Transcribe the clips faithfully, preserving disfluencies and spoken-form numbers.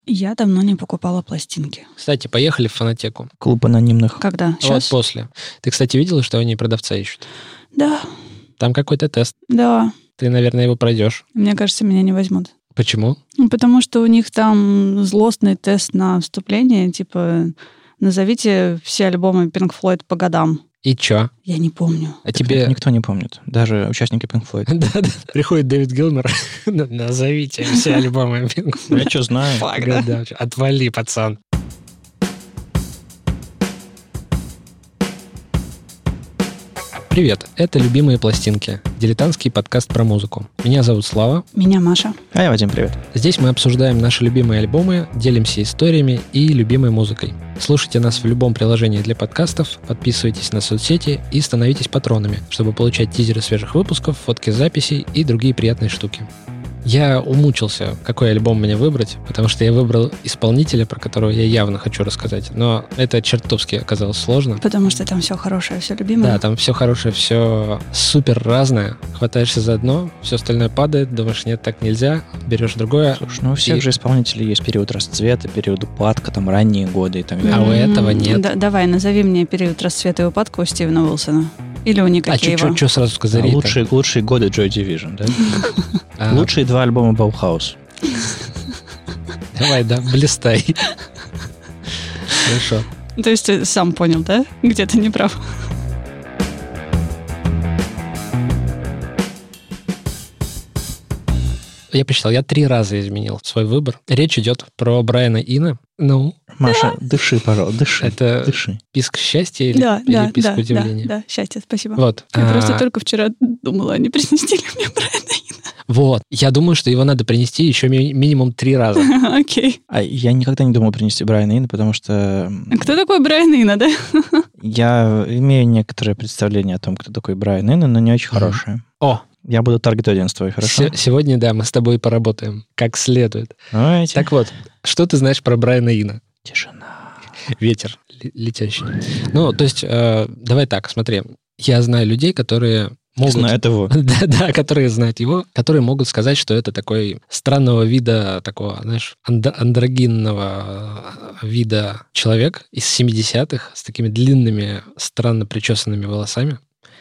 Я давно не покупала пластинки. Кстати, поехали в фонотеку. Клуб анонимных. Когда? Вот Сейчас? после. Ты, кстати, видела, что они продавца ищут? Да, Там какой-то тест. да. Ты, наверное, его пройдешь. Мне кажется, меня не возьмут. Почему? Ну, потому что у них там злостный тест на вступление, типа, назовите все альбомы Pink Floyd по годам. И чё? Я не помню. А Так тебе... никто не помнит, даже участники Pink Floyd. Да-да. Приходит Дэвид Гилмор. Назовите все альбомы Pink Floyd. Я что знаю. Фак, да? Да, отвали, пацан. Привет, это «Любимые пластинки», дилетантский подкаст про музыку. Меня зовут Слава. Меня Маша. А я Вадим, привет. Здесь мы обсуждаем наши любимые альбомы, делимся историями и любимой музыкой. Слушайте нас в любом приложении для подкастов, подписывайтесь на соцсети и становитесь патронами, чтобы получать тизеры свежих выпусков, фотки записей и другие приятные штуки. Я умучился, какой альбом мне выбрать, потому что я выбрал исполнителя, про которого я явно хочу рассказать, но это чертовски оказалось сложно. Потому что там все хорошее, все любимое. Да, там все хорошее, все супер разное. Хватаешься за одно, все остальное падает, думаешь, нет, так нельзя, берешь другое. Слушай, ну у всех И- же исполнителей есть период расцвета, период упадка, там ранние годы и так далее. А у этого М, нет. да- давай, назови мне период расцвета и упадка у Стивена Уилсона. Или у Ника А Кейва. что сразу А сказали? лучшие, лучшие годы Joy Division, да? А, Лучшие два альбома Bauhaus. Давай, да, блистай. Хорошо. То есть ты сам понял, да? Где ты не прав. Я посчитал, я три раза изменил свой выбор. Речь идет про Брайана Ино. Ну, Маша, дыши, пожалуйста, дыши. это Дыши. писк счастья или, Да, или да, писк да, да, удивления? да, счастье, спасибо. Вот. Я А, просто только вчера думала, не принести ли мне Брайана Вот. Я думаю, что его надо принести еще ми- минимум три раза. Ино. Окей. А я никогда не думал принести Брайана Ино, потому что А кто такой Брайан Ино, да? я имею некоторое представление о том, кто такой Брайан Ино, но не очень Мгм. хорошее. О, Я буду таргет-аудиенс твой, хорошо? се- сегодня, да, мы с тобой поработаем как следует. Давайте. Так вот, что ты знаешь про Брайана Ино? Тишина. Ветер ле- летящий. Ну, то есть, э, давай так, смотри. Я знаю людей, которые могут... Знает его. Да, да, которые знают его, которые могут сказать, что это такой странного вида, такого, знаешь, анд- андрогинного вида человек из семидесятых с такими длинными, странно причесанными волосами,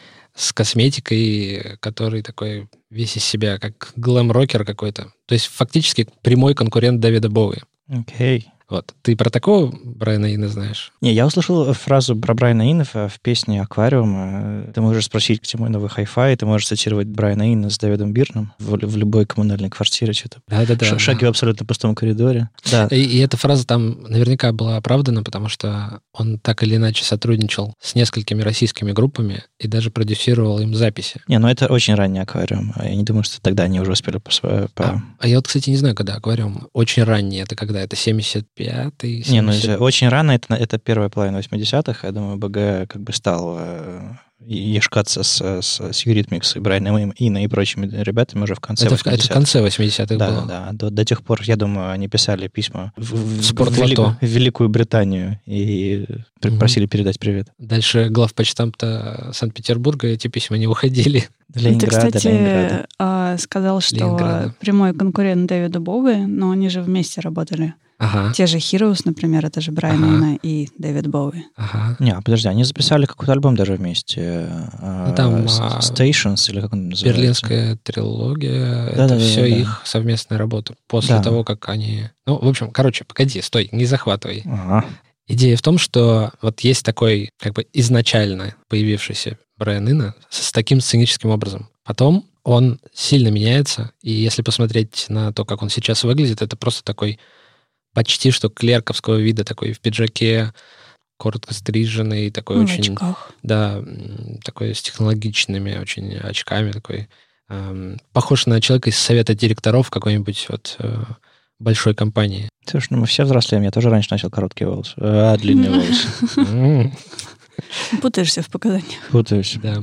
с косметикой, который такой весь из себя, как глэм-рокер какой-то. То есть фактически прямой конкурент Дэвида Боуи. Окей. Вот. Ты про такого Брайана Ино знаешь? Не, я услышал фразу про Брайана Ино в в песне «Аквариум». Ты можешь спросить, где мой новый хай-фай, ты можешь цитировать Брайана Ино с Дэвидом Бирном в, в любой коммунальной квартире, что-то. Да-да-да. Ш- шаги в абсолютно пустом коридоре. Да. И, и эта фраза там наверняка была оправдана, потому что он так или иначе сотрудничал с несколькими российскими группами и даже продюсировал им записи. Не, ну это очень ранний «Аквариум». Я не думаю, что тогда они уже успели по... по- А, а я вот, кстати, не знаю, когда «Аквариум». Очень ранний. Это когда? Это семьдесят пятый? Не, ну семьдесят... это очень рано, это, это первая половина восьмидесятых. Я думаю, БГ как бы стал э, ешкаться с, с, с Eurythmics и Брайаном Ино и прочими ребятами уже в конце это, в, это в восьмидесятых. конце восьмидесятых Да, было. да. До, до тех пор, я думаю, они писали письма в, в- В Спортлото. в Великую, в Великую Британию и при- Мгм. просили передать привет. Дальше главпочтамта Санкт-Петербурга эти письма не уходили. Ленинграда, Ты, кстати, Ленинграда. а, сказал, что Ленинграда. прямой конкурент Дэвида Боуи, но они же вместе работали. Ага, Те же Heroes, например, это же Брайан Ага. Ино и Дэвид Боуи. ага. Не, а подожди, они записали какой-то альбом даже вместе. Ну, там, с- а, Stations, или как он называется? Берлинская трилогия, это Да-да-да-да-да. все их совместная работа. После Да. того, как они... Ну, в общем, короче, погоди, стой, не захватывай. Ага. Идея в том, что вот есть такой как бы изначально появившийся Брайан Ино с, с таким сценическим образом. Потом он сильно меняется, и если посмотреть на то, как он сейчас выглядит, это просто такой почти что клерковского вида, такой в пиджаке, коротко стриженный, такой Ну, в очень... очках. Да, м, такой с технологичными очень очками, такой эм, похож на человека из совета директоров какой-нибудь вот э, большой компании. Слушай, ну мы все взрослеем, я тоже раньше носил короткие волосы, а длинные волосы. М, Путаешься в показаниях. Путаюсь. Да.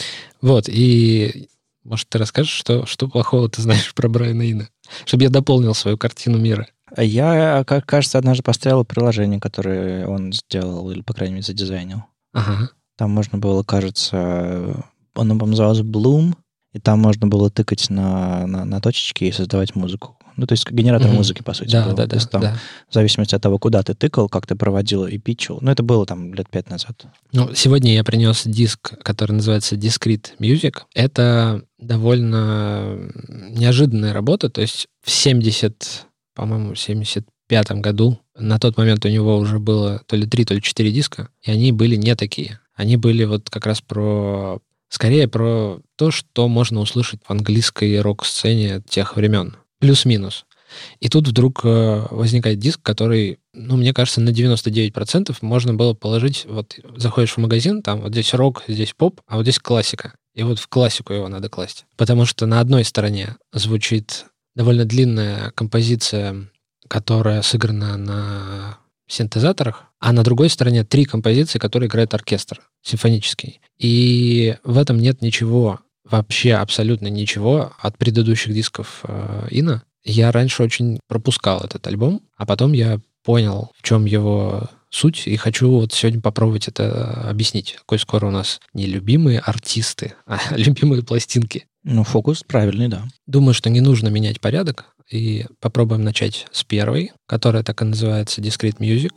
Вот, и может, ты расскажешь, что, что плохого ты знаешь про Брайана Ино? Чтобы я дополнил свою картину мира. А Я, как кажется, однажды поставил приложение, которое он сделал, или, по крайней мере, задизайнил. Ага. Там можно было, кажется, оно, по-моему, называлось Bloom, и там можно было тыкать на, на, на точечки и создавать музыку. Ну, то есть генератор Мгм. музыки, по сути, Да, был. да, То да, есть там да. в зависимости от того, куда ты тыкал, как ты проводил и питчил. Ну, это было там лет пять назад. Ну, сегодня я принес диск, который называется Discrete Music. Это довольно неожиданная работа. То есть в семьдесят, по-моему, семьдесят пятом году на тот момент у него уже было то ли три, то ли четыре диска, и они были не такие. Они были вот как раз про... Скорее про то, что можно услышать в английской рок-сцене тех времен. Плюс-минус. И тут вдруг э, возникает диск, который, ну, мне кажется, на девяносто девять процентов можно было положить, вот заходишь в магазин, там вот здесь рок, здесь поп, а вот здесь классика. И вот в классику его надо класть. Потому что на одной стороне звучит довольно длинная композиция, которая сыграна на синтезаторах, а на другой стороне три композиции, которые играет оркестр симфонический. И в этом нет ничего, вообще абсолютно ничего от предыдущих дисков э, Ина. Я раньше очень пропускал этот альбом, а потом я понял, в чем его суть, и хочу вот сегодня попробовать это объяснить. Какой скоро у нас не любимые артисты, а любимые пластинки. Ну, фокус правильный, да. Думаю, что не нужно менять порядок, и попробуем начать с первой, которая так и называется Discrete Music.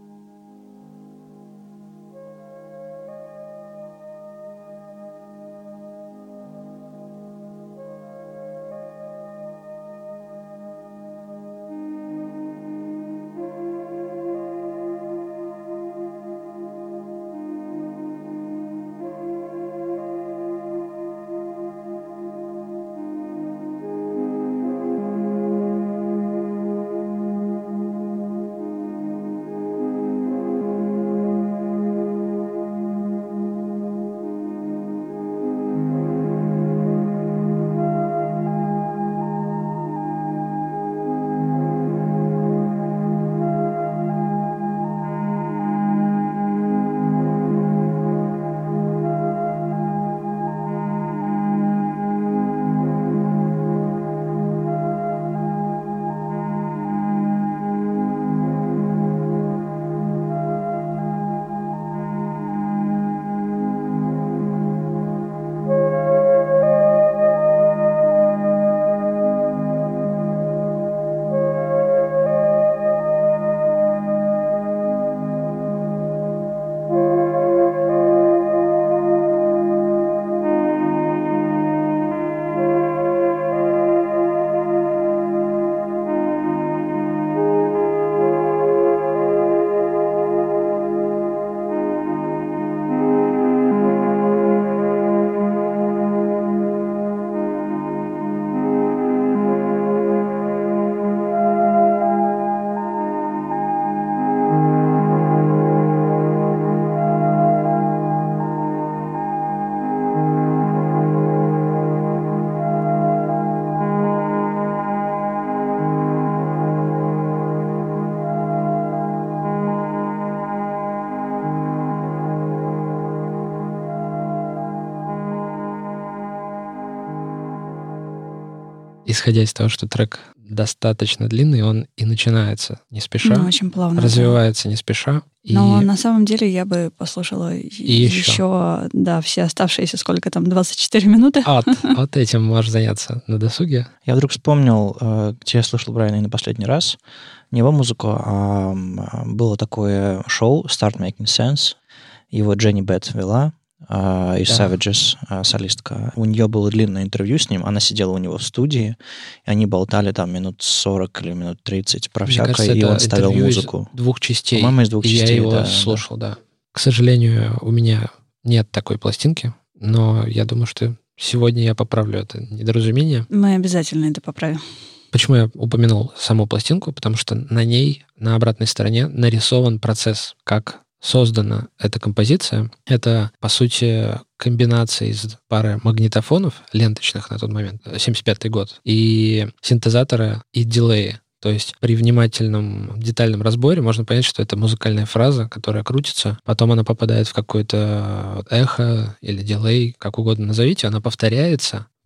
Исходя из того, что трек достаточно длинный, он и начинается не спеша, Ну, очень плавно. развивается да. не спеша. Но и... на самом деле я бы послушала и еще. еще, да, все оставшиеся, сколько там, двадцать четыре минуты. Вот, вот этим можешь заняться на досуге. Я вдруг вспомнил, где я слышал Брайана Ина последний раз. Не его музыку, а было такое шоу Start Making Sense. Его Дженни Бет вела. Uh, из да. Savages, uh, солистка. У нее было длинное интервью с ним, она сидела у него в студии, и они болтали там минут сорок или минут тридцать про Мне всякое, кажется, и он ставил музыку. Из двух частей. По-моему, из двух и частей, я его да, слушал, да. да. К сожалению, у меня нет такой пластинки, но я думаю, что сегодня я поправлю это недоразумение. Мы обязательно это поправим. Почему я упомянул саму пластинку? Потому что на ней, на обратной стороне, нарисован процесс, как создана эта композиция. Это, по сути, комбинация из пары магнитофонов ленточных на тот момент, семьдесят пятый год, и синтезатора, и дилея. То есть при внимательном детальном разборе можно понять, что это музыкальная фраза, которая крутится, потом она попадает в какое-то эхо или дилей, как угодно назовите, она повторяется,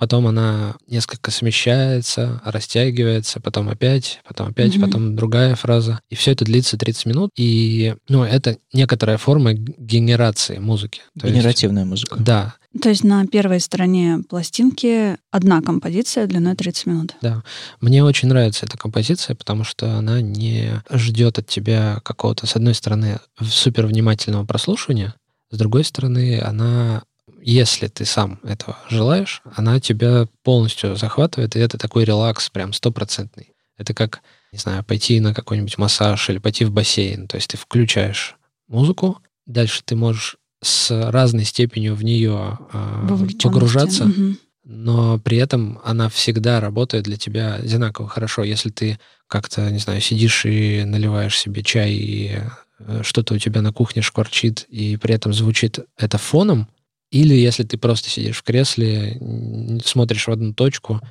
потом она несколько смещается, растягивается, потом опять, потом опять, mm-hmm. потом другая фраза. И все это длится тридцать минут. И, ну, это некоторая форма генерации музыки. То Генеративная есть, музыка. Да. То есть на первой стороне пластинки одна композиция длиной тридцать минут. Да. Мне очень нравится эта композиция, потому что она не ждет от тебя какого-то, с одной стороны, супер внимательного прослушивания, с другой стороны, она, если ты сам этого желаешь, она тебя полностью захватывает, и это такой релакс прям стопроцентный. Это как, не знаю, пойти на какой-нибудь массаж или пойти в бассейн. То есть ты включаешь музыку, дальше ты можешь с разной степенью в нее э, погружаться, угу. но при этом она всегда работает для тебя одинаково хорошо. Если ты как-то, не знаю, сидишь и наливаешь себе чай, и что-то у тебя на кухне шкварчит, и при этом звучит это фоном, или если ты просто сидишь в кресле, смотришь в одну точку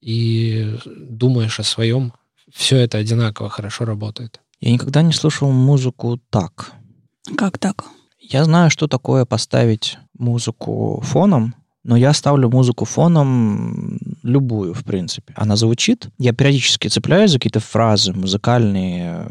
и думаешь о своем, все это одинаково хорошо работает. Я никогда не слушал музыку так. Как так? Я знаю, что такое поставить музыку фоном, но я ставлю музыку фоном любую, в принципе. Она звучит, я периодически цепляюсь за какие-то фразы музыкальные,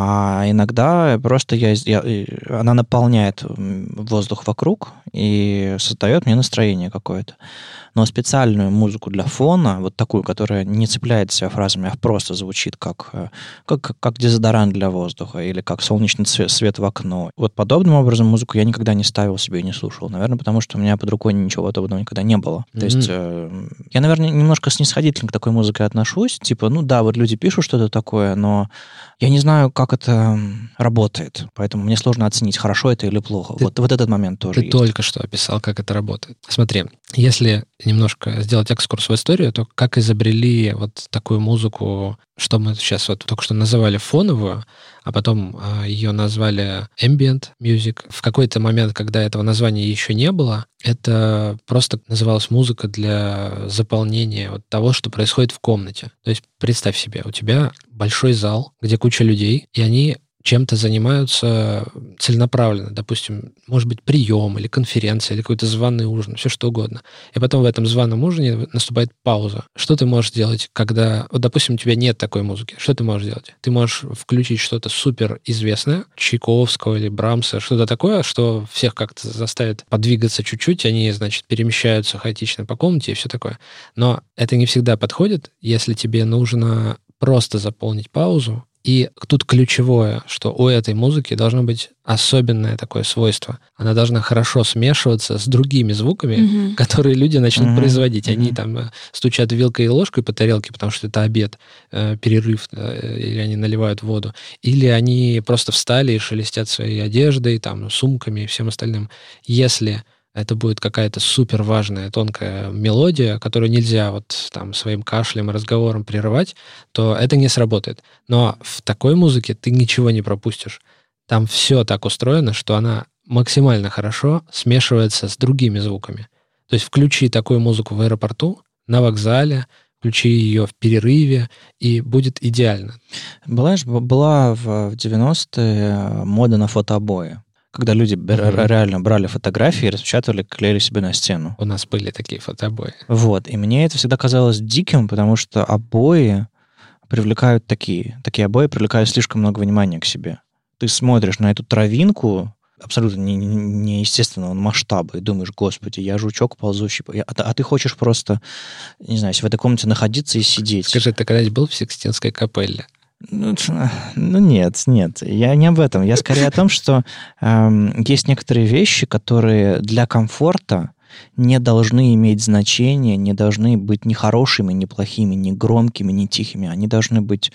а иногда просто я, я, она наполняет воздух вокруг и создает мне настроение какое-то. Но специальную музыку для фона, вот такую, которая не цепляет себя фразами, а просто звучит как, как, как дезодорант для воздуха или как солнечный цвет, свет в окно. Вот подобным образом музыку я никогда не ставил себе и не слушал. Наверное, потому что у меня под рукой ничего подобного никогда не было. Mm-hmm. То есть э, я, наверное, немножко снисходительно к такой музыке отношусь. Типа, ну да, вот люди пишут что-то такое, но я не знаю, как это работает. Поэтому мне сложно оценить, хорошо это или плохо. Ты, вот, вот этот момент тоже Ты есть. только что описал, как это работает. Смотри, если немножко сделать экскурс в историю, то как изобрели вот такую музыку, что мы сейчас вот только что называли фоновую, а потом э, ее назвали ambient music. В какой-то момент, когда этого названия еще не было, это просто называлась музыка для заполнения вот того, что происходит в комнате. То есть представь себе, у тебя большой зал, где куча людей, и они чем-то занимаются целенаправленно. Допустим, может быть, прием или конференция, или какой-то званый ужин, все что угодно. И потом в этом званом ужине наступает пауза. Что ты можешь делать, когда... Вот, допустим, у тебя нет такой музыки. Что ты можешь делать? Ты можешь включить что-то суперизвестное, Чайковского или Брамса, что-то такое, что всех как-то заставит подвигаться чуть-чуть, они, значит, перемещаются хаотично по комнате и все такое. Но это не всегда подходит, если тебе нужно просто заполнить паузу. И тут ключевое, что у этой музыки должно быть особенное такое свойство. Она должна хорошо смешиваться с другими звуками, mm-hmm. которые люди начнут mm-hmm. производить. Они mm-hmm. там стучат вилкой и ложкой по тарелке, потому что это обед, э, перерыв, э, или они наливают воду. Или они просто встали и шелестят своей одеждой, там, сумками и всем остальным. Если это будет какая-то супер важная тонкая мелодия, которую нельзя вот там своим кашлем и разговором прерывать, то это не сработает. Но в такой музыке ты ничего не пропустишь. Там все так устроено, что она максимально хорошо смешивается с другими звуками. То есть включи такую музыку в аэропорту, на вокзале, включи ее в перерыве, и будет идеально. Была, была в девяностые мода на фотообои. Когда люди mm-hmm. реально брали фотографии, распечатывали, клеили себе на стену. У нас были такие фотообои. Вот, и мне это всегда казалось диким, потому что обои привлекают такие, такие обои привлекают слишком много внимания к себе. Ты смотришь на эту травинку абсолютно неестественного не масштаба и думаешь, господи, я жучок ползущий. А, а ты хочешь просто, не знаю, в этой комнате находиться и сидеть. Скажи, ты когда-нибудь был в Сикстинской капелле? Ну, ну, нет, нет, я не об этом. Я скорее о том, что э, есть некоторые вещи, которые для комфорта не должны иметь значения, не должны быть ни хорошими, ни плохими, ни громкими, ни тихими. Они должны быть,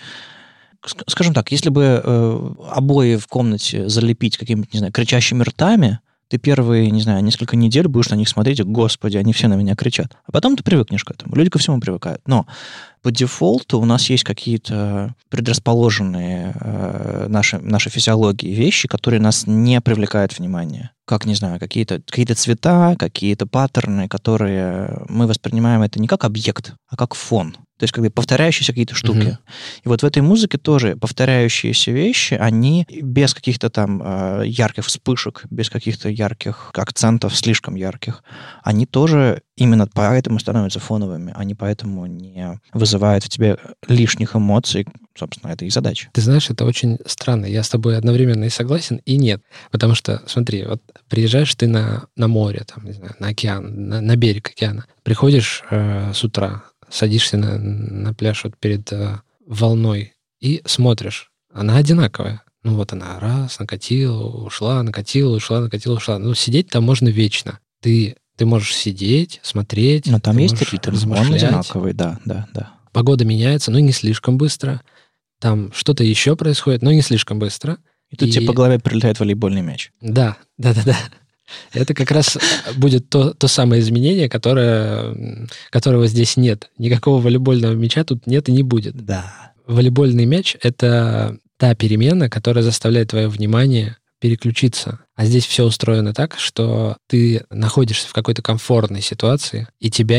скажем так, если бы э, обои в комнате залепить какими-то, не знаю, кричащими ртами, ты первые, не знаю, несколько недель будешь на них смотреть, и, господи, они все на меня кричат. А потом ты привыкнешь к этому. Люди ко всему привыкают. Но по дефолту у нас есть какие-то предрасположенные э, наши, нашей физиологии вещи, которые нас не привлекают внимание. Как, не знаю, какие-то, какие-то цвета, какие-то паттерны, которые мы воспринимаем это не как объект, а как фон. То есть, как бы повторяющиеся какие-то штуки. Мгм. И вот в этой музыке тоже повторяющиеся вещи, они без каких-то там э, ярких вспышек, без каких-то ярких акцентов, слишком ярких, они тоже именно поэтому становятся фоновыми. Они поэтому не вызывают в тебе лишних эмоций. Собственно, это их задача. Ты знаешь, это очень странно. Я с тобой одновременно и согласен, и нет. Потому что, смотри, вот приезжаешь ты на, на море, там, не знаю, на океан, на, на берег океана, приходишь э, с утра, садишься на, на пляж вот перед э, волной и смотришь. Она одинаковая. Ну вот она раз, накатила, ушла, накатила, ушла, накатила, ушла. Ну сидеть там можно вечно. Ты, ты можешь сидеть, смотреть. Но там ты есть можешь ритм, он размышлять. одинаковый, да, да, да. Погода меняется, но не слишком быстро. Там что-то еще происходит, но не слишком быстро. И тут И- тебе по голове прилетает волейбольный мяч. Да, да, да, да. Это как раз будет то, то самое изменение, которое, которого здесь нет. Никакого волейбольного мяча тут нет и не будет. Да. Волейбольный мяч — это та перемена, которая заставляет твое внимание переключиться. А здесь все устроено так, что ты находишься в какой-то комфортной ситуации, и тебя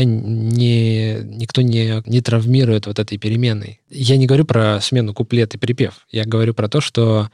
не, никто не, не травмирует вот этой переменой. Я не говорю про смену куплет и припев. Я говорю про то, что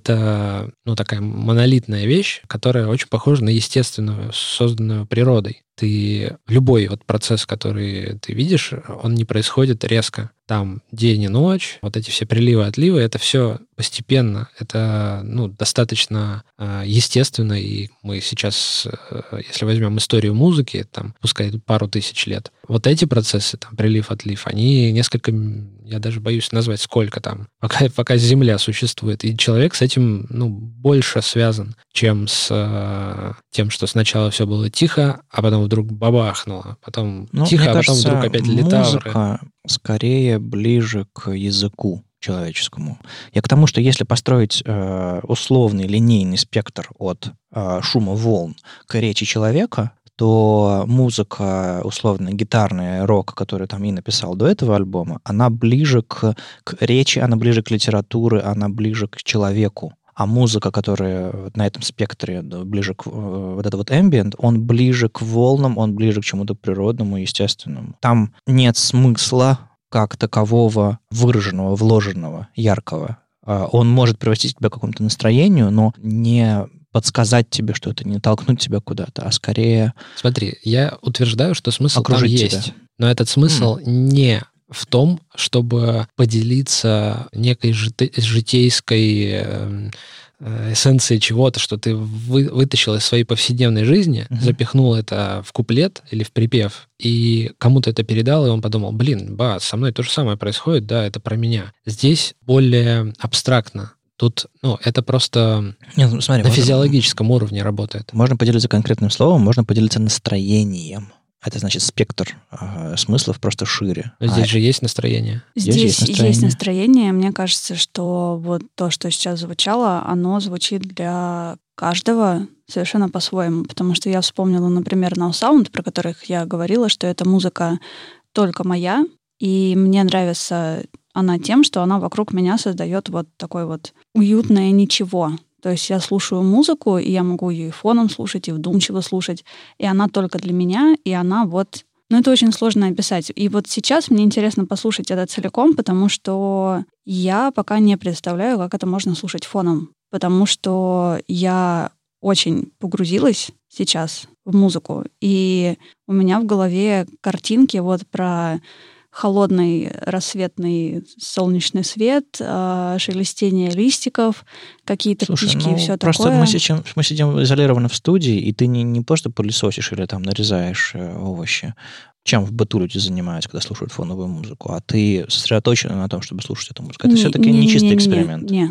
это, ну, такая монолитная вещь, которая очень похожа на естественную, созданную природой. Ты любой вот процесс, который ты видишь, он не происходит резко. Там день и ночь, вот эти все приливы, отливы, это все постепенно, это, ну, достаточно э, естественно, и мы сейчас, э, если возьмем историю музыки, там, пускай пару тысяч лет, вот эти процессы, там, прилив, отлив, они несколько, я даже боюсь назвать, сколько там, пока, пока Земля существует, и человек с этим, ну, больше связан, чем с э, тем, что сначала все было тихо, а потом вдруг бабахнуло, потом Ну, тихо, мне а потом кажется, вдруг опять литавры. музыка скорее ближе к языку человеческому. Я к тому, что если построить э, условный линейный спектр от э, шума волн к речи человека, то музыка, условно, гитарная, рок, который там и написал до этого альбома, она ближе к, к речи, она ближе к литературе, она ближе к человеку. А музыка, которая на этом спектре ближе к... Вот это вот ambient, он ближе к волнам, он ближе к чему-то природному, естественному. Там нет смысла как такового выраженного, вложенного, яркого. Он может привести тебя к какому-то настроению, но не подсказать тебе что-то, не толкнуть тебя куда-то, а скорее... Смотри, я утверждаю, что смысл там Окружить есть. тебя. Но этот смысл не в том, чтобы поделиться некой жите- житейской э, э, эссенцией чего-то, что ты вы- вытащил из своей повседневной жизни, Мгм. запихнул это в куплет или в припев, и кому-то это передал, и он подумал, блин, ба, со мной то же самое происходит, да, это про меня. Здесь более абстрактно. Тут, ну, это просто Нет, ну, смотри, на можно- физиологическом уровне работает. Можно поделиться конкретным словом, можно поделиться настроением. Это значит спектр э, смыслов просто шире. Но здесь А же есть настроение. Здесь Здесь есть есть настроение. настроение. Мне кажется, что вот то, что сейчас звучало, оно звучит для каждого совершенно по-своему. Потому что я вспомнила, например, No Sound, про которых я говорила, что эта музыка только моя, и мне нравится она тем, что она вокруг меня создает вот такое вот уютное ничего. То есть я слушаю музыку, и я могу ее и фоном слушать, и вдумчиво слушать, и она только для меня, и она вот... Ну, это очень сложно описать. И вот сейчас мне интересно послушать это целиком, потому что я пока не представляю, как это можно слушать фоном. Потому что я очень погрузилась сейчас в музыку, и у меня в голове картинки вот про холодный рассветный солнечный свет, э, шелестение листиков, какие-то Слушай, птички ну, и все просто такое. мы сидим, мы сидим изолированно в студии, и ты не, не просто пылесосишь или там нарезаешь э, овощи, чем в быту люди занимаются, когда слушают фоновую музыку, а ты сосредоточена на том, чтобы слушать эту музыку. Это Не- все-таки не- не не- чистый не- не- эксперимент. Не.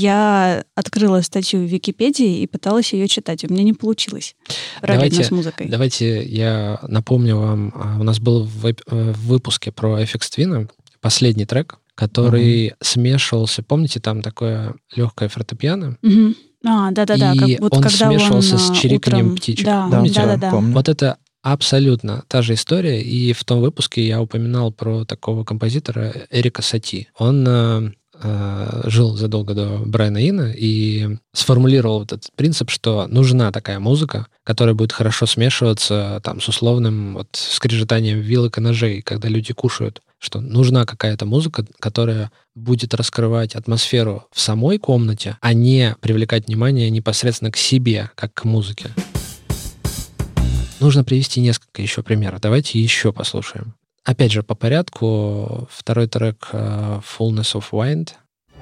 Я открыла статью в Википедии и пыталась ее читать. У меня не получилось. Параллельно Давайте- с музыкой. Давайте я напомню вам, а, у нас был в, эп- э, в выпуске про эф икс Twin последний трек, который смешивался, помните, там такое легкое фортепиано? Мгм. А, да-да-да. И как, вот он когда смешивался он, с а, чириканьем утром- птичек. Да, Помните? да-да-да. Помню. Вот это абсолютно та же история, и в том выпуске я упоминал про такого композитора Эрика Сати. Он э, э, жил задолго до Брайана Ина и сформулировал вот этот принцип, что нужна такая музыка, которая будет хорошо смешиваться там с условным вот скрежетанием вилок и ножей, когда люди кушают. что нужна какая-то музыка, которая будет раскрывать атмосферу в самой комнате, а не привлекать внимание непосредственно к себе, как к музыке. Нужно привести несколько еще примеров. Давайте еще послушаем. Опять же, по порядку. Второй трек uh, Fullness of Wind.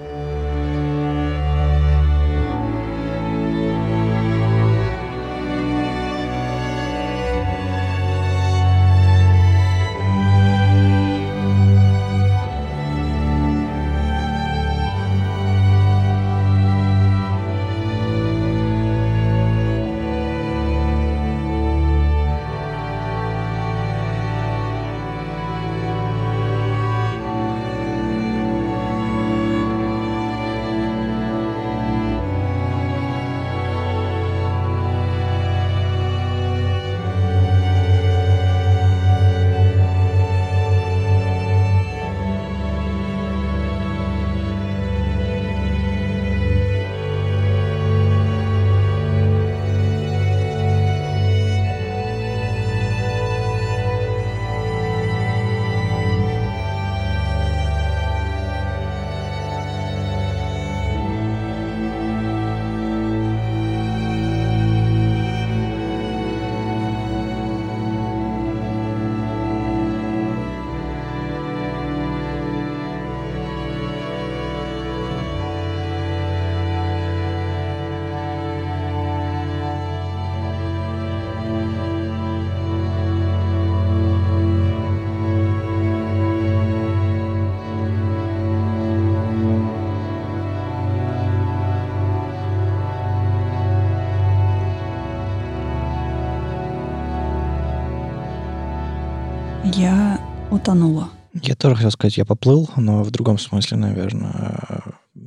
Я утонула. Я тоже хотел сказать, я поплыл, но в другом смысле, наверное.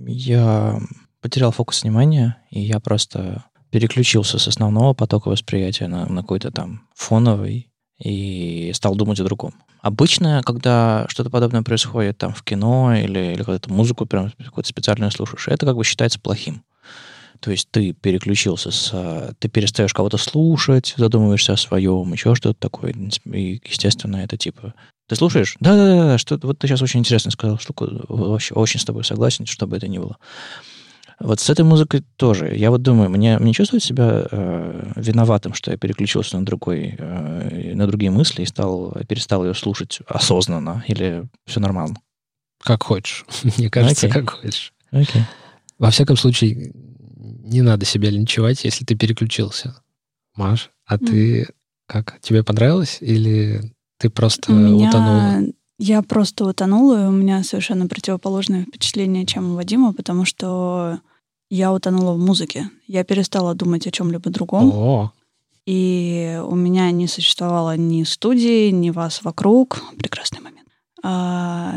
Я потерял фокус внимания, и я просто переключился с основного потока восприятия на, на какой-то там фоновый и стал думать о другом. Обычно, когда что-то подобное происходит там в кино или, или когда ты музыку прям какую-то специальную слушаешь, это как бы считается плохим. То есть ты переключился с... Ты перестаешь кого-то слушать, задумываешься о своем, еще что-то такое. И, естественно, это типа... Ты слушаешь? Да-да-да, что вот ты сейчас очень интересно сказал штуку. Вообще, очень с тобой согласен, что бы это ни было. Вот с этой музыкой тоже. Я вот думаю, мне, мне чувствовать себя э, виноватым, что я переключился на, другой, э, на другие мысли и стал, перестал ее слушать осознанно? Или все нормально? Как хочешь. Мне кажется, okay. как хочешь. Okay. Во всяком случае, не надо себя линчевать, если ты переключился. Маш, а mm. ты как? Тебе понравилось? Или ты просто у меня... утонула? Я просто утонула, и у меня совершенно противоположное впечатление, чем у Вадима, потому что я утонула в музыке. Я перестала думать о чем-либо другом. О. И у меня не существовало ни студии, ни вас вокруг. Прекрасный момент. А,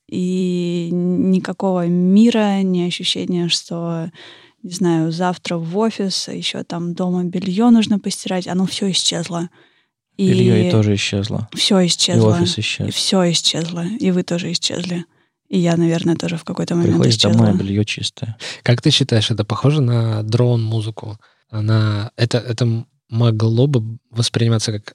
и никакого мира, ни ощущения, что, не знаю, завтра в офис, а еще там дома белье нужно постирать. Оно все исчезло. И Белье и тоже исчезло. Все исчезло. И офис исчез. И все исчезло. И вы тоже исчезли. И я, наверное, тоже в какой-то момент Приходишь исчезла. домой, а белье чистое. Как ты считаешь, это похоже на дрон-музыку? Она... Это, это могло бы восприниматься как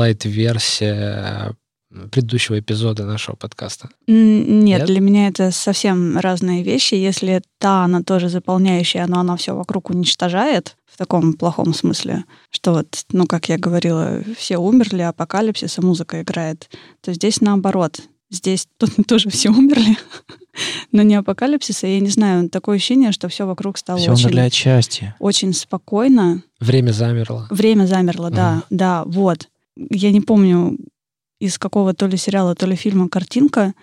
лайт-версия предыдущего эпизода нашего подкаста? Нет, Нет, для меня это совсем разные вещи. Если та, она тоже заполняющая, но она все вокруг уничтожает, в таком плохом смысле, что вот, ну, как я говорила, все умерли, апокалипсис, а музыка играет, то здесь наоборот. Здесь тоже все умерли, но не апокалипсис, и я не знаю, такое ощущение, что все вокруг стало все очень, умерли от счастья. Очень спокойно. Время замерло. Время замерло, да, Ага. да, вот. Я не помню, из какого то ли сериала, то ли фильма картинка,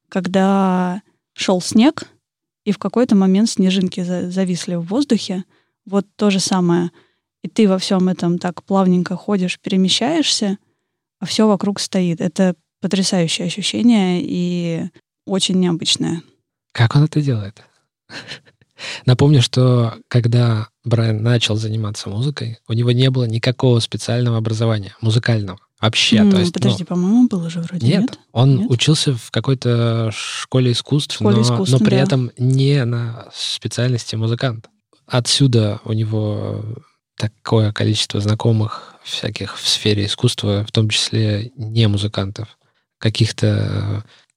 когда шел снег, и в какой-то момент снежинки зависли в воздухе. Вот то же самое. И ты во всем этом так плавненько ходишь, перемещаешься, а все вокруг стоит. Это потрясающее ощущение и очень необычное. Как он это делает? Напомню, что когда Брайан начал заниматься музыкой, у него не было никакого специального образования, музыкального. Вообще. М, То есть, подожди, ну, по-моему, было же вроде нет. нет. Он Нет? учился в какой-то школе искусств, Школе но, искусств, но при да. этом не на специальности музыканта. Отсюда у него такое количество знакомых всяких в сфере искусства, в том числе не музыкантов, каких-то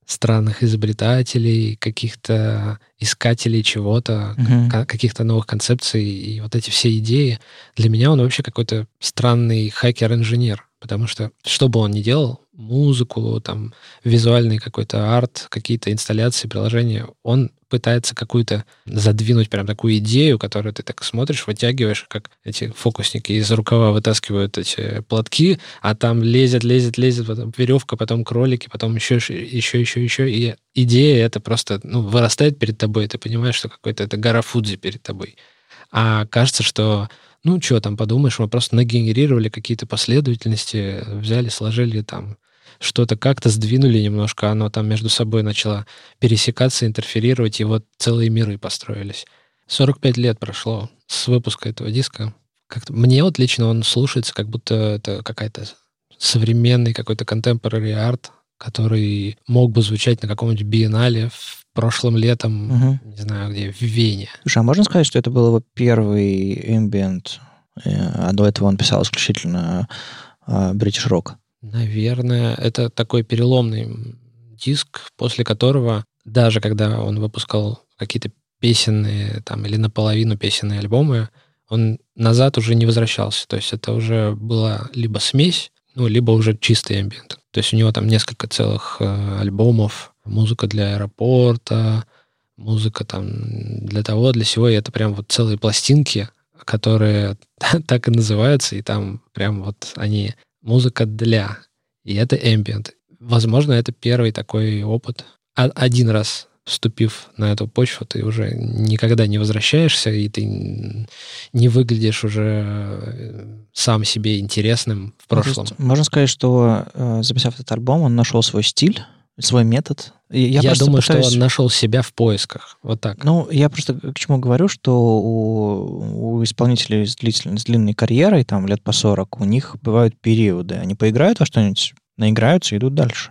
странных изобретателей, каких-то искателей чего-то, Мгм. ка- каких-то новых концепций. И вот эти все идеи, для меня он вообще какой-то странный хакер-инженер. Потому что, что бы он ни делал, музыку, там, визуальный какой-то арт, какие-то инсталляции, приложения, он пытается какую-то задвинуть прям такую идею, которую ты так смотришь, вытягиваешь, как эти фокусники из рукава вытаскивают эти платки, а там лезет, лезет, лезет, потом веревка, потом кролики, потом еще, еще, еще, еще. И идея это просто ну, вырастает перед тобой, и ты понимаешь, что какой-то это гора Фудзи перед тобой. А кажется, что ну, что там, подумаешь, мы просто нагенерировали какие-то последовательности, взяли, сложили там, что-то как-то сдвинули немножко, оно там между собой начало пересекаться, интерферировать, и вот целые миры построились. сорок пять лет прошло с выпуска этого диска. Как-то, мне вот лично он слушается, как будто это какая-то современный какой-то contemporary арт, который мог бы звучать на каком-нибудь биеннале в прошлым летом, Мгм. не знаю где, в Вене. Слушай, а можно сказать, что это был его первый ambient, э, а до этого он писал исключительно э, British Rock? Наверное, это такой переломный диск, после которого, даже когда он выпускал какие-то песенные там, или наполовину песенные альбомы, он назад уже не возвращался. То есть это уже была либо смесь, ну, либо уже чистый ambient. То есть у него там несколько целых э, альбомов, музыка для аэропорта, музыка там для того, для сего, и это прям вот целые пластинки, которые так и называются, и там прям вот они музыка для, и это ambient. Возможно, это первый такой опыт. А- один раз вступив на эту почву, ты уже никогда не возвращаешься, и ты не выглядишь уже сам себе интересным в прошлом. Ну, то есть можно сказать, что э, записав этот альбом, он нашел свой стиль, свой метод. И Я, Я просто думаю, пытаюсь- что он нашел себя в поисках. Вот так. Ну, я просто к чему говорю, что у, у исполнителей с, длительной, с длинной карьерой, там, лет по сорок, у них бывают периоды. Они поиграют во что-нибудь, наиграются и идут дальше.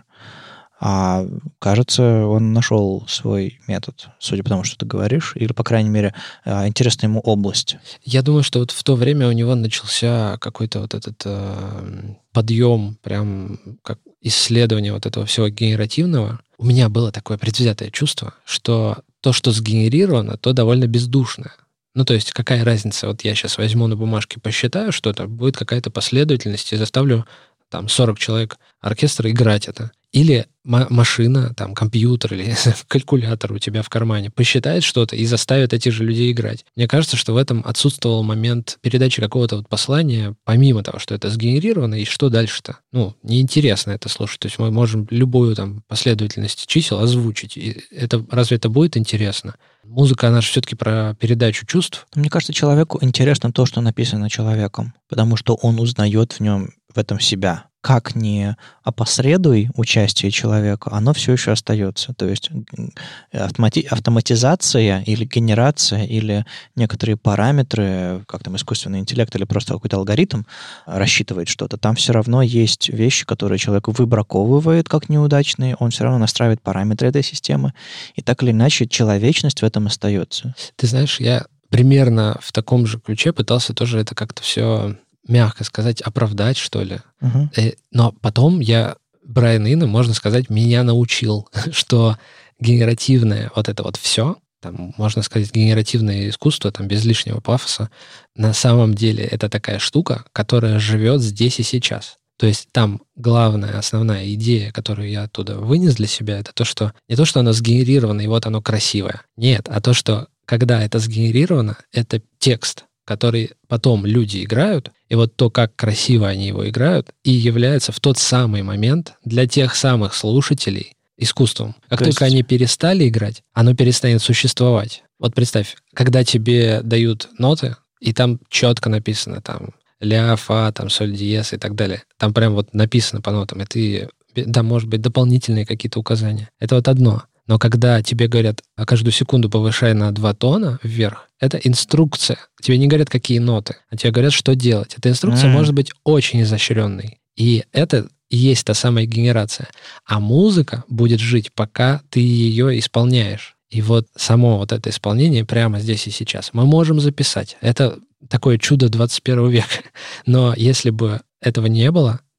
А кажется, он нашел свой метод, судя по тому, что ты говоришь, или, по крайней мере, э, интересная ему область. Я думаю, что вот в то время у него начался какой-то вот этот э, подъем, прям как исследование вот этого всего генеративного. У меня было такое предвзятое чувство, что то, что сгенерировано, то довольно бездушно. Ну, то есть какая разница? Вот я сейчас возьму на бумажке, посчитаю что-то, будет какая-то последовательность, и заставлю там сорок человек оркестра играть это. Или м- машина, там, компьютер или калькулятор у тебя в кармане посчитает что-то и заставит этих же людей играть. Мне кажется, что в этом отсутствовал момент передачи какого-то вот послания, помимо того, что это сгенерировано, и что дальше-то? Ну, неинтересно это слушать. То есть мы можем любую там последовательность чисел озвучить. И это, разве это будет интересно? Музыка, она же все-таки про передачу чувств. Мне кажется, человеку интересно то, что написано человеком, потому что он узнает в нем, в этом себя. Как ни опосредуй участие человека, оно все еще остается. То есть автомати- автоматизация или генерация, или некоторые параметры, как там искусственный интеллект или просто какой-то алгоритм рассчитывает что-то, там все равно есть вещи, которые человек выбраковывает как неудачные, он все равно настраивает параметры этой системы, и так или иначе человечность в этом остается. Ты знаешь, я примерно в таком же ключе пытался тоже это как-то все, мягко сказать, оправдать, что ли. Угу. Но потом я, Брайан Ино, можно сказать, меня научил, что генеративное вот это вот все, там, можно сказать, генеративное искусство, там, без лишнего пафоса, на самом деле это такая штука, которая живет здесь и сейчас. То есть там главная, основная идея, которую я оттуда вынес для себя, это то, что не то, что оно сгенерировано, и вот оно красивое. Нет, а то, что когда это сгенерировано, это текст, который потом люди играют, и вот то, как красиво они его играют, и является в тот самый момент для тех самых слушателей искусством. Как То только есть- они перестали играть, оно перестанет существовать. Вот представь, когда тебе дают ноты, и там четко написано там ля, фа, там соль диез и так далее. Там прям вот написано по нотам, и ты, да, может быть, дополнительные какие-то указания. Это вот одно. Но когда тебе говорят, а каждую секунду повышай на два тона вверх, это инструкция. Тебе не говорят, какие ноты, а тебе говорят, что делать. Эта инструкция Mm. может быть очень изощренной. И это и есть та самая генерация. А музыка будет жить, пока ты ее исполняешь. И вот само вот это исполнение прямо здесь и сейчас мы можем записать. Это такое чудо двадцать первого века. Но если бы этого не было,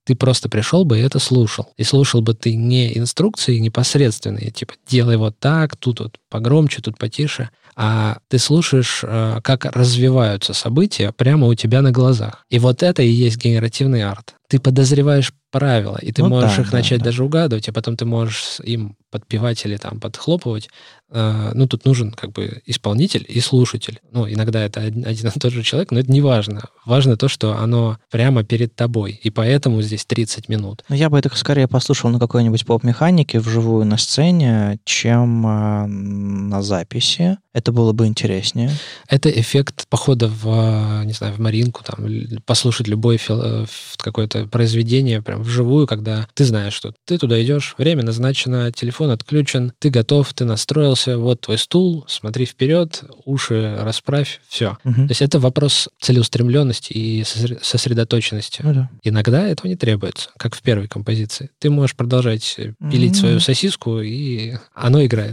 Ты просто пришел бы и это слушал. И слушал бы ты не инструкции непосредственные, типа делай вот так, тут вот погромче, тут потише, а ты слушаешь, как развиваются события прямо у тебя на глазах. И вот это и есть генеративный арт. Ты подозреваешь правила, и ты ну, можешь да, их да, начать да. даже угадывать, а потом ты можешь им подпевать или там подхлопывать. Ну, тут нужен как бы исполнитель и слушатель. Ну, иногда это один и тот же человек, но это не важно. Важно то, что оно прямо перед тобой, и поэтому здесь тридцать минут. Ну, я бы это скорее послушал на какой-нибудь поп-механике вживую на сцене, чем э, на записи. Это было бы интереснее. Это эффект похода в, не знаю, в Маринку, там, послушать любое фил... какое-то произведение прям вживую, когда ты знаешь, что ты туда идешь, время назначено, телефон отключен, ты готов, ты настроился, вот твой стул, смотри вперед, уши расправь, все. Угу. То есть это вопрос целеустремленности и сосредоточенности. Ну, да. Иногда этого не требуется, как в первой композиции. Ты можешь продолжать пилить угу. свою сосиску, и оно играет.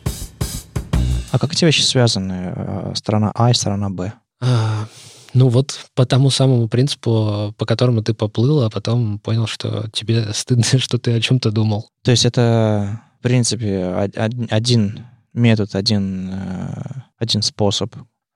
А как эти вещи связаны? Сторона А и сторона Б? А, ну вот по тому самому принципу, по которому ты поплыл, а потом понял, что тебе стыдно, что ты о чем-то думал. То есть это, в принципе, один метод, один, один способ,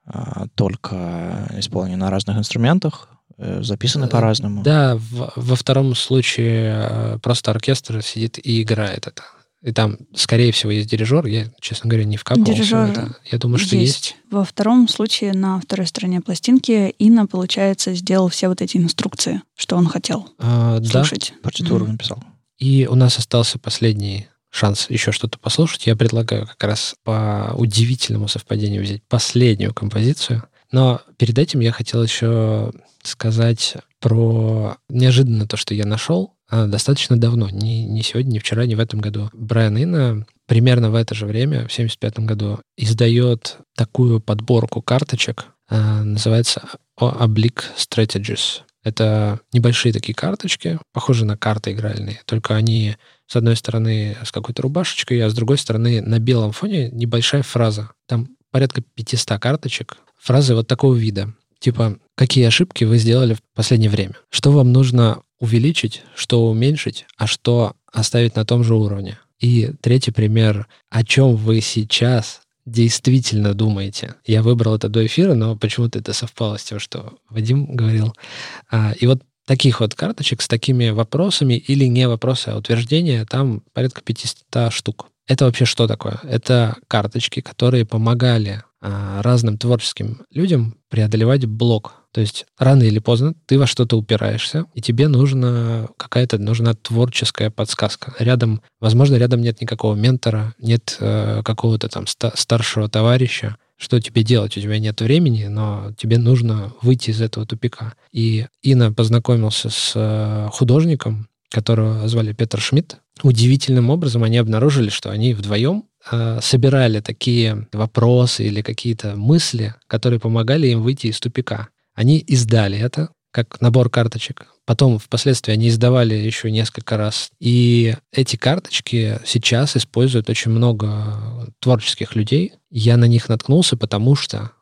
только исполнен на разных инструментах, записаны по-разному? Да, в, во втором случае просто оркестр сидит и играет это. И там, скорее всего, есть дирижер. Я, честно говоря, не вкапывался Дирижер в это. Я думаю, что есть. есть. Во втором случае на второй стороне пластинки Инна, получается, сделал все вот эти инструкции, что он хотел а, слушать. Да, партитуру mm-hmm. написал. И у нас остался последний шанс еще что-то послушать. Я предлагаю как раз по удивительному совпадению взять последнюю композицию. Но перед этим я хотел еще сказать про неожиданно то, что я нашел. Достаточно давно, не, не сегодня, не вчера, не в этом году. Брайан Инна примерно в это же время, в семьдесят пятом году, издает такую подборку карточек, называется Oblique Strategies. Это небольшие такие карточки, похожие на карты игральные, только они с одной стороны с какой-то рубашечкой, а с другой стороны на белом фоне небольшая фраза. Там порядка пятьсот карточек. Фразы вот такого вида. Типа, какие ошибки вы сделали в последнее время? Что вам нужно увеличить, что уменьшить, а что оставить на том же уровне? И третий пример. О чем вы сейчас действительно думаете? Я выбрал это до эфира, но почему-то это совпало с тем, что Вадим говорил. И вот таких вот карточек с такими вопросами или не вопросы, а утверждения, там порядка пятьсот штук. Это вообще что такое? Это карточки, которые помогали разным творческим людям преодолевать блок. То есть рано или поздно ты во что-то упираешься, и тебе нужна какая-то нужна творческая подсказка. Рядом, возможно, рядом нет никакого ментора, нет э, какого-то там ста- старшего товарища. Что тебе делать? У тебя нет времени, но тебе нужно выйти из этого тупика. И Инна познакомился с художником, которого звали Петер Шмидт. Удивительным образом они обнаружили, что они вдвоем э, собирали такие вопросы или какие-то мысли, которые помогали им выйти из тупика. Они издали это как набор карточек. Потом, впоследствии, они издавали еще несколько раз. И эти карточки сейчас используют очень много творческих людей. Я на них наткнулся, потому что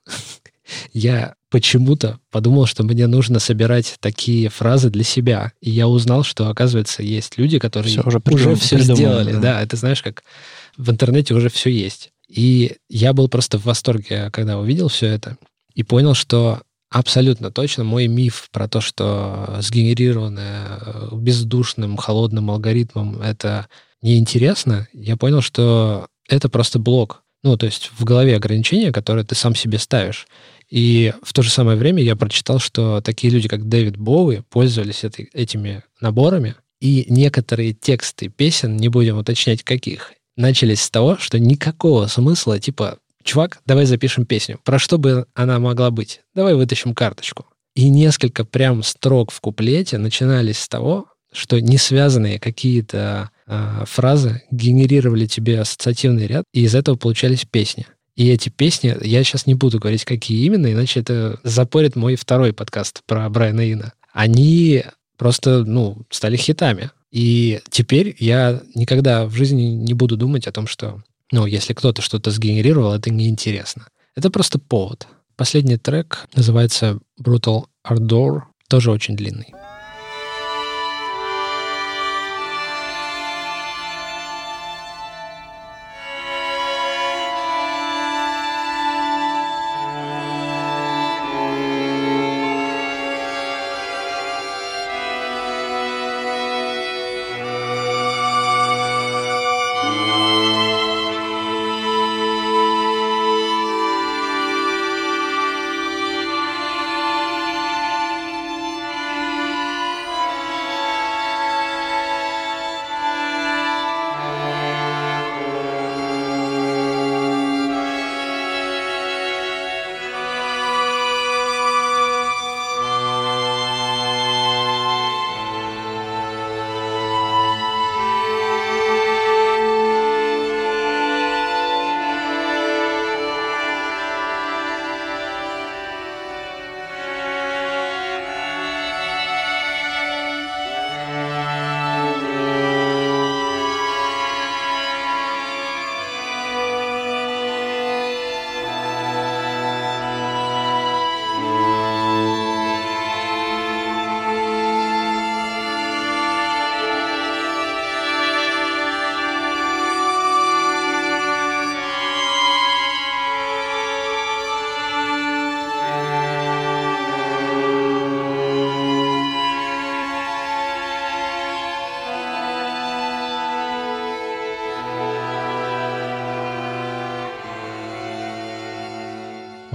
я почему-то подумал, что мне нужно собирать такие фразы для себя. И я узнал, что, оказывается, есть люди, которые все, уже, уже все придумали, сделали. Да. да, это знаешь, как в интернете уже все есть. И я был просто в восторге, когда увидел все это, и понял, что абсолютно точно мой миф про то, что сгенерированное бездушным, холодным алгоритмом это неинтересно, я понял, что это просто блок. Ну, то есть в голове ограничения, которые ты сам себе ставишь. И в то же самое время я прочитал, что такие люди, как Дэвид Боуи, пользовались этой, этими наборами, и некоторые тексты песен, не будем уточнять каких, начались с того, что никакого смысла, типа, чувак, давай запишем песню. Про что бы она могла быть? Давай вытащим карточку. И несколько прям строк в куплете начинались с того, что несвязанные какие-то э, фразы генерировали тебе ассоциативный ряд, и из этого получались песни. И эти песни, я сейчас не буду говорить, какие именно, иначе это запорит мой второй подкаст про Брайана Инна. Они просто, ну, стали хитами. И теперь я никогда в жизни не буду думать о том, что, ну, если кто-то что-то сгенерировал, это неинтересно. Это просто повод. Последний трек называется Brutal Ardor, тоже очень длинный.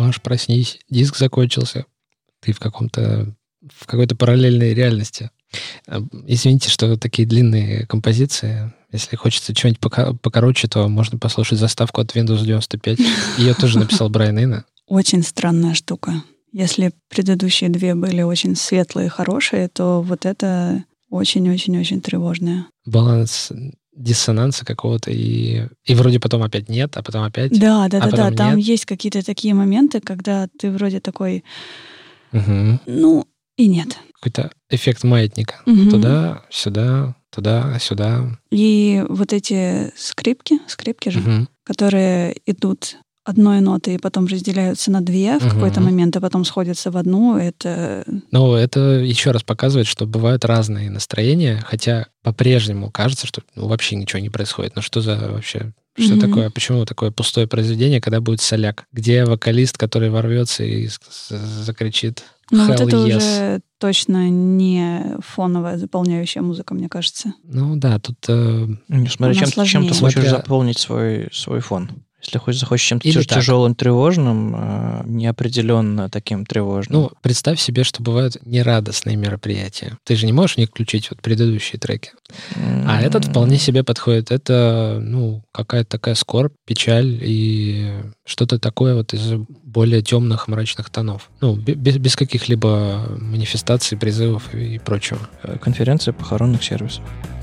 Маш, проснись, диск закончился. Ты в каком-то, в какой-то параллельной реальности. Извините, что такие длинные композиции. Если хочется чего-нибудь покороче, то можно послушать заставку от Windows девяносто пять. Ее тоже написал Брайан Ино. Очень странная штука. Если предыдущие две были очень светлые и хорошие, то вот это очень-очень-очень тревожное. Баланс диссонанса какого-то, и, и вроде потом опять нет, а потом опять. Да, да, а да, да. Там нет. есть какие-то такие моменты, когда ты вроде такой, угу. ну, и нет. Какой-то эффект маятника. Угу. Туда, сюда, туда, сюда. И вот эти скрипки, скрипки же, угу. которые идут одной ноты и потом разделяются на две в угу. какой-то момент, а потом сходятся в одну, это... Ну, это еще раз показывает, что бывают разные настроения, хотя по-прежнему кажется, что ну, вообще ничего не происходит. Ну, что за вообще... Что mm-hmm. такое? Почему такое пустое произведение, когда будет соляк? Где вокалист, который ворвется и закричит Ну, Hell вот это yes. уже точно не фоновая заполняющая музыка, мне кажется. Ну да, тут... Э... Ну, смотри, чем, чем ты хочешь Смотря... заполнить свой, свой фон. Если хочешь, захочешь чем-то Или тяжелым, тревожным, неопределенно таким тревожным. Ну, представь себе, что бывают нерадостные мероприятия. Ты же не можешь не включить вот предыдущие треки. Mm-hmm. А этот вполне себе подходит. Это, ну, какая-то такая скорбь, печаль и что-то такое вот из более темных, мрачных тонов. Ну, без, без каких-либо манифестаций, призывов и прочего. Конференция похоронных сервисов.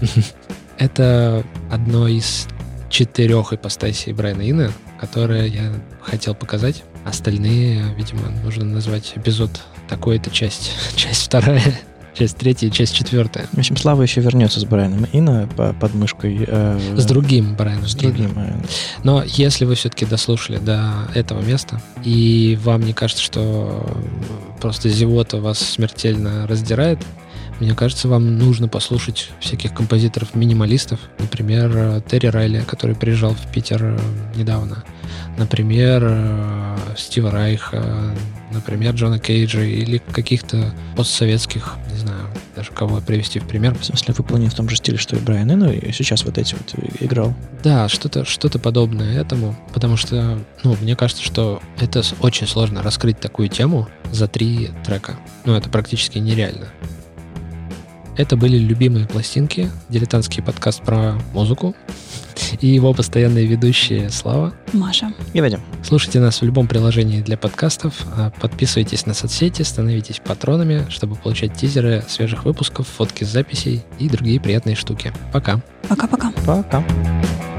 Это одно из четырех ипостасей Брайана Ино, которые я хотел показать. Остальные, видимо, нужно назвать эпизод такой-то часть. Часть вторая, часть третья и часть четвертая. В общем, Слава еще вернется с Брайаном Ино под мышкой. Э, с другим Брайаном С другим. Ино. Но если вы все-таки дослушали до этого места, и вам не кажется, что просто зевота вас смертельно раздирает, мне кажется, вам нужно послушать всяких композиторов-минималистов. Например, Терри Райли, который приезжал в Питер недавно. Например, Стива Райха. Например, Джона Кейджа. Или каких-то постсоветских, не знаю, даже кого привести в пример. В смысле, выполнен в том же стиле, что и Брайан Ино, и сейчас вот эти вот играл. Да, что-то, что-то подобное этому. Потому что, ну, мне кажется, что это очень сложно раскрыть такую тему за три трека. Ну, это практически нереально. Это были любимые пластинки, дилетантский подкаст про музыку и его постоянные ведущие Слава, Маша и Вадим. Слушайте нас в любом приложении для подкастов, подписывайтесь на соцсети, становитесь патронами, чтобы получать тизеры свежих выпусков, фотки с записей и другие приятные штуки. Пока. Пока-пока. Пока.